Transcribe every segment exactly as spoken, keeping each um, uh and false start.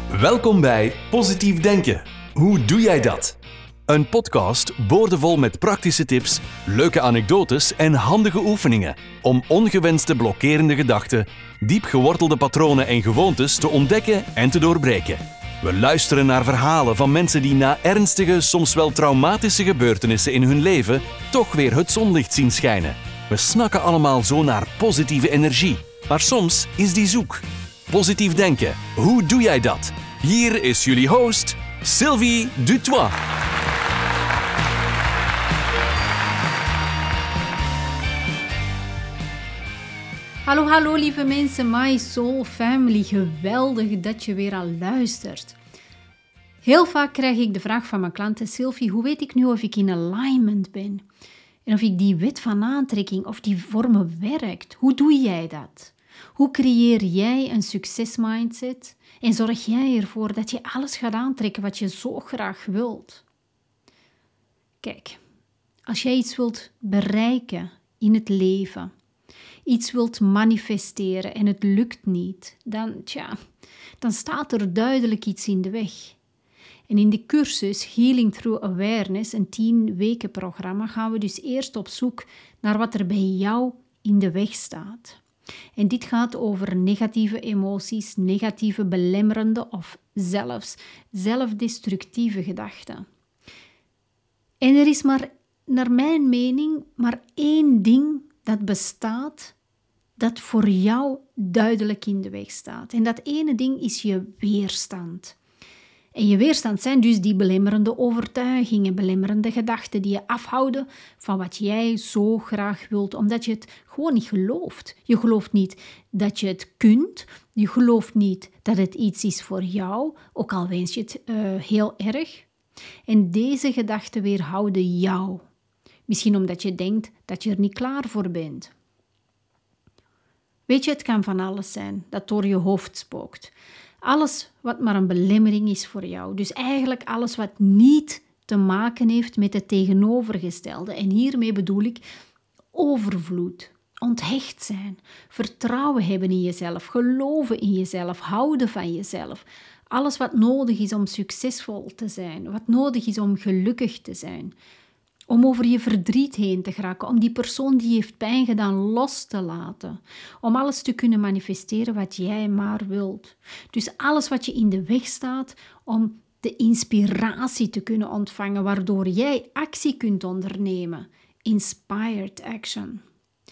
Welkom bij Positief Denken. Hoe doe jij dat? Een podcast boordevol met praktische tips, leuke anekdotes en handige oefeningen om ongewenste blokkerende gedachten, diep gewortelde patronen en gewoontes te ontdekken en te doorbreken. We luisteren naar verhalen van mensen die na ernstige, soms wel traumatische gebeurtenissen in hun leven toch weer het zonlicht zien schijnen. We snakken allemaal zo naar positieve energie, maar soms is die zoek. Positief denken, hoe doe jij dat? Hier is jullie host, Sylvie Dutoit. Hallo, hallo lieve mensen, My Soul Family. Geweldig dat je weer al luistert. Heel vaak krijg ik de vraag van mijn klanten: Sylvie, hoe weet ik nu of ik in alignment ben? En of ik die wet van aantrekking, of die voor me werkt? Hoe doe jij dat? Hoe creëer jij een succesmindset en zorg jij ervoor dat je alles gaat aantrekken wat je zo graag wilt? Kijk, als jij iets wilt bereiken in het leven, iets wilt manifesteren en het lukt niet, dan, tja, dan staat er duidelijk iets in de weg. En in de cursus Healing Through Awareness, een tien weken programma, gaan we dus eerst op zoek naar wat er bij jou in de weg staat. En dit gaat over negatieve emoties, negatieve belemmerende of zelfs zelfdestructieve gedachten. En er is maar, naar mijn mening, maar één ding dat bestaat, dat voor jou duidelijk in de weg staat. En dat ene ding is je weerstand. En je weerstand zijn dus die belemmerende overtuigingen, belemmerende gedachten die je afhouden van wat jij zo graag wilt, omdat je het gewoon niet gelooft. Je gelooft niet dat je het kunt, je gelooft niet dat het iets is voor jou, ook al wens je het uh, heel erg. En deze gedachten weerhouden jou. Misschien omdat je denkt dat je er niet klaar voor bent. Weet je, het kan van alles zijn dat door je hoofd spookt. Alles wat maar een belemmering is voor jou. Dus eigenlijk alles wat niet te maken heeft met het tegenovergestelde. En hiermee bedoel ik overvloed, onthecht zijn, vertrouwen hebben in jezelf, geloven in jezelf, houden van jezelf. Alles wat nodig is om succesvol te zijn, wat nodig is om gelukkig te zijn. Om over je verdriet heen te geraken, om die persoon die heeft pijn gedaan los te laten. Om alles te kunnen manifesteren wat jij maar wilt. Dus alles wat je in de weg staat om de inspiratie te kunnen ontvangen, waardoor jij actie kunt ondernemen. Inspired action.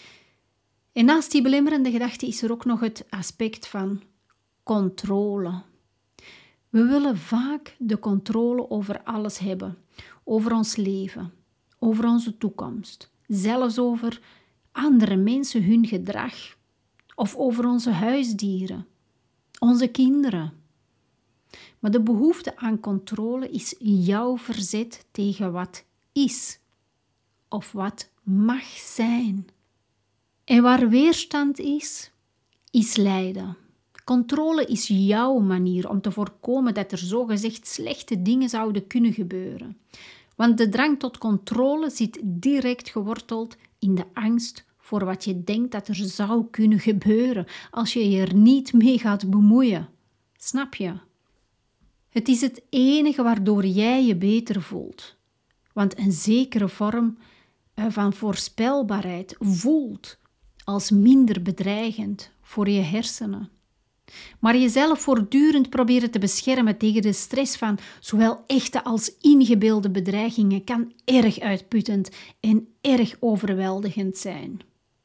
En naast die belemmerende gedachte is er ook nog het aspect van controle. We willen vaak de controle over alles hebben, over ons leven. Over onze toekomst, zelfs over andere mensen, hun gedrag, of over onze huisdieren, onze kinderen. Maar de behoefte aan controle is jouw verzet tegen wat is, of wat mag zijn. En waar weerstand is, is lijden. Controle is jouw manier om te voorkomen dat er zogezegd slechte dingen zouden kunnen gebeuren. Want de drang tot controle zit direct geworteld in de angst voor wat je denkt dat er zou kunnen gebeuren als je je er niet mee gaat bemoeien. Snap je? Het is het enige waardoor jij je beter voelt. Want een zekere vorm van voorspelbaarheid voelt als minder bedreigend voor je hersenen. Maar jezelf voortdurend proberen te beschermen tegen de stress van zowel echte als ingebeelde bedreigingen kan erg uitputtend en erg overweldigend zijn.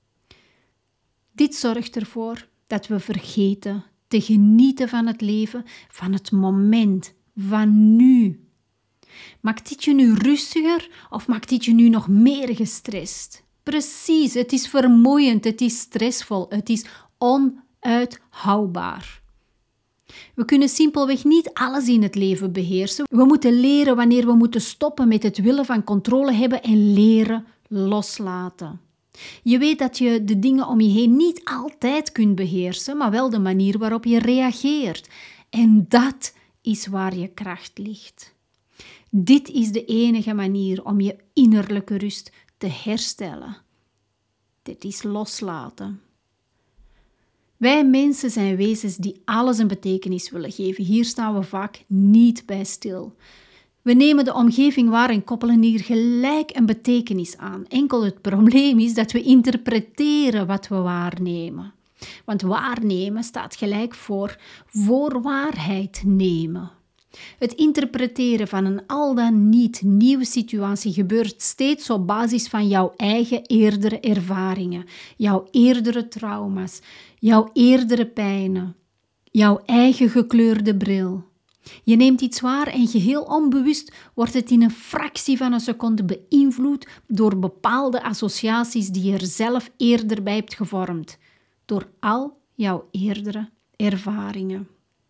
Dit zorgt ervoor dat we vergeten te genieten van het leven, van het moment, van nu. Maakt dit je nu rustiger of maakt dit je nu nog meer gestrest? Precies, het is vermoeiend, het is stressvol, het is onuithoudbaar. We kunnen simpelweg niet alles in het leven beheersen. We moeten leren wanneer we moeten stoppen met het willen van controle hebben en leren loslaten. Je weet dat je de dingen om je heen niet altijd kunt beheersen, maar wel de manier waarop je reageert. En dat is waar je kracht ligt. Dit is de enige manier om je innerlijke rust te herstellen. Dit is loslaten. Wij mensen zijn wezens die alles een betekenis willen geven. Hier staan we vaak niet bij stil. We nemen de omgeving waar en koppelen hier gelijk een betekenis aan. Enkel het probleem is dat we interpreteren wat we waarnemen. Want waarnemen staat gelijk voor voor waarheid nemen. Het interpreteren van een al dan niet nieuwe situatie gebeurt steeds op basis van jouw eigen eerdere ervaringen, jouw eerdere trauma's, jouw eerdere pijnen, jouw eigen gekleurde bril. Je neemt iets waar en geheel onbewust wordt het in een fractie van een seconde beïnvloed door bepaalde associaties die je er zelf eerder bij hebt gevormd, door al jouw eerdere ervaringen.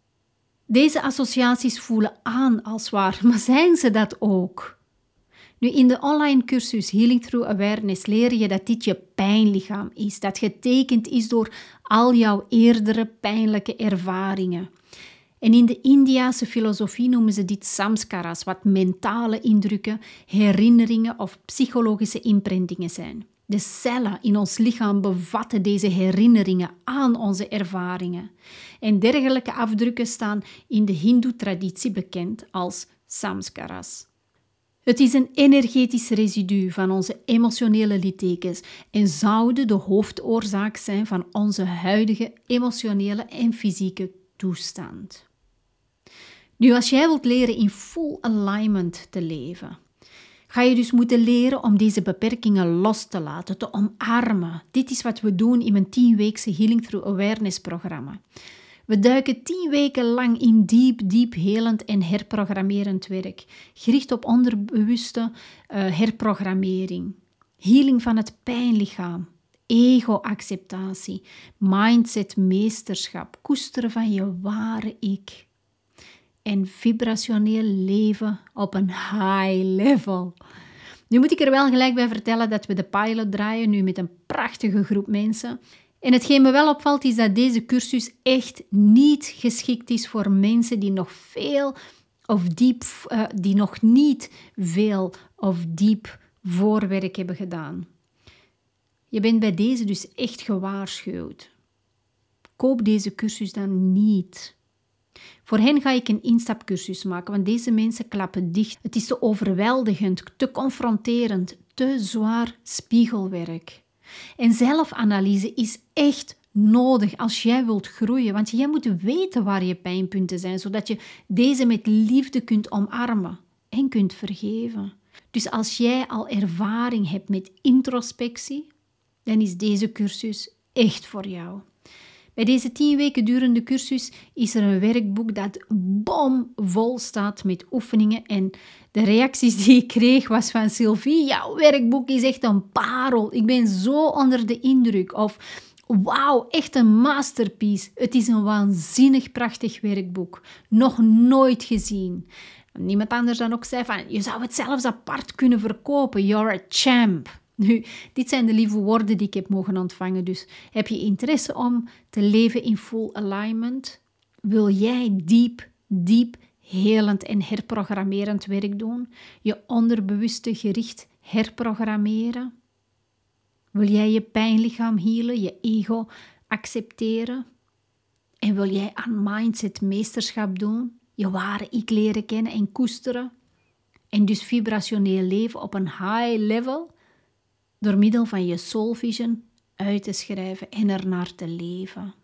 Deze associaties voelen aan als waar, maar zijn ze dat ook? Nu, in de online cursus Healing Through Awareness leer je dat dit je pijnlichaam is, dat getekend is door al jouw eerdere pijnlijke ervaringen. En in de Indiase filosofie noemen ze dit samskaras, wat mentale indrukken, herinneringen of psychologische imprintingen zijn. De cellen in ons lichaam bevatten deze herinneringen aan onze ervaringen. En dergelijke afdrukken staan in de Hindoe-traditie bekend als samskaras. Het is een energetisch residu van onze emotionele littekens en zouden de hoofdoorzaak zijn van onze huidige emotionele en fysieke toestand. Nu, als jij wilt leren in full alignment te leven, ga je dus moeten leren om deze beperkingen los te laten, te omarmen. Dit is wat we doen in mijn tienweekse Healing Through Awareness programma. We duiken tien weken lang in diep, diep helend en herprogrammerend werk, gericht op onderbewuste uh, herprogrammering, healing van het pijnlichaam, ego-acceptatie, mindset-meesterschap, koesteren van je ware ik en vibrationeel leven op een high level. Nu moet ik er wel gelijk bij vertellen dat we de pilot draaien nu met een prachtige groep mensen. En hetgeen me wel opvalt is dat deze cursus echt niet geschikt is voor mensen die nog veel of diep, uh, die nog niet veel of diep voorwerk hebben gedaan. Je bent bij deze dus echt gewaarschuwd. Koop deze cursus dan niet. Voor hen ga ik een instapcursus maken, want deze mensen klappen dicht. Het is te overweldigend, te confronterend, te zwaar spiegelwerk. En zelfanalyse is echt nodig als jij wilt groeien, want jij moet weten waar je pijnpunten zijn, zodat je deze met liefde kunt omarmen en kunt vergeven. Dus als jij al ervaring hebt met introspectie, dan is deze cursus echt voor jou. Bij deze tien weken durende cursus is er een werkboek dat bomvol staat met oefeningen. En de reacties die ik kreeg was van Sylvie, jouw werkboek is echt een parel. Ik ben zo onder de indruk. Of wauw, echt een masterpiece. Het is een waanzinnig prachtig werkboek. Nog nooit gezien. Niemand anders dan ook zei van, je zou het zelfs apart kunnen verkopen. You're a champ. Nu, dit zijn de lieve woorden die ik heb mogen ontvangen. Dus heb je interesse om te leven in full alignment? Wil jij diep, diep, helend en herprogrammerend werk doen? Je onderbewuste gericht herprogrammeren? Wil jij je pijnlichaam healen, je ego accepteren? En wil jij aan mindset meesterschap doen? Je ware ik leren kennen en koesteren? En dus vibrationeel leven op een high level? Door middel van je soul vision uit te schrijven en ernaar te leven.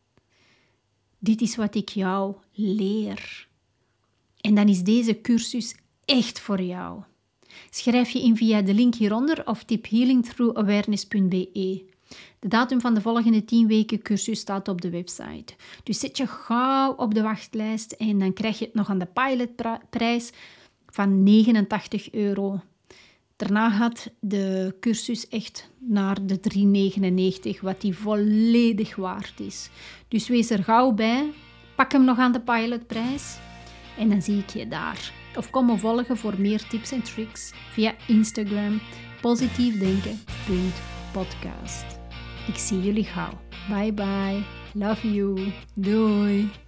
Dit is wat ik jou leer. En dan is deze cursus echt voor jou. Schrijf je in via de link hieronder of typ healing through awareness punt b e. De datum van de volgende tien weken cursus staat op de website. Dus zet je gauw op de wachtlijst en dan krijg je het nog aan de pilotprijs van negenentachtig euro. Daarna gaat de cursus echt naar de drie negenennegentig, wat die volledig waard is. Dus wees er gauw bij, pak hem nog aan de pilotprijs en dan zie ik je daar. Of kom me volgen voor meer tips en tricks via Instagram positiefdenken punt podcast. Ik zie jullie gauw. Bye bye. Love you. Doei.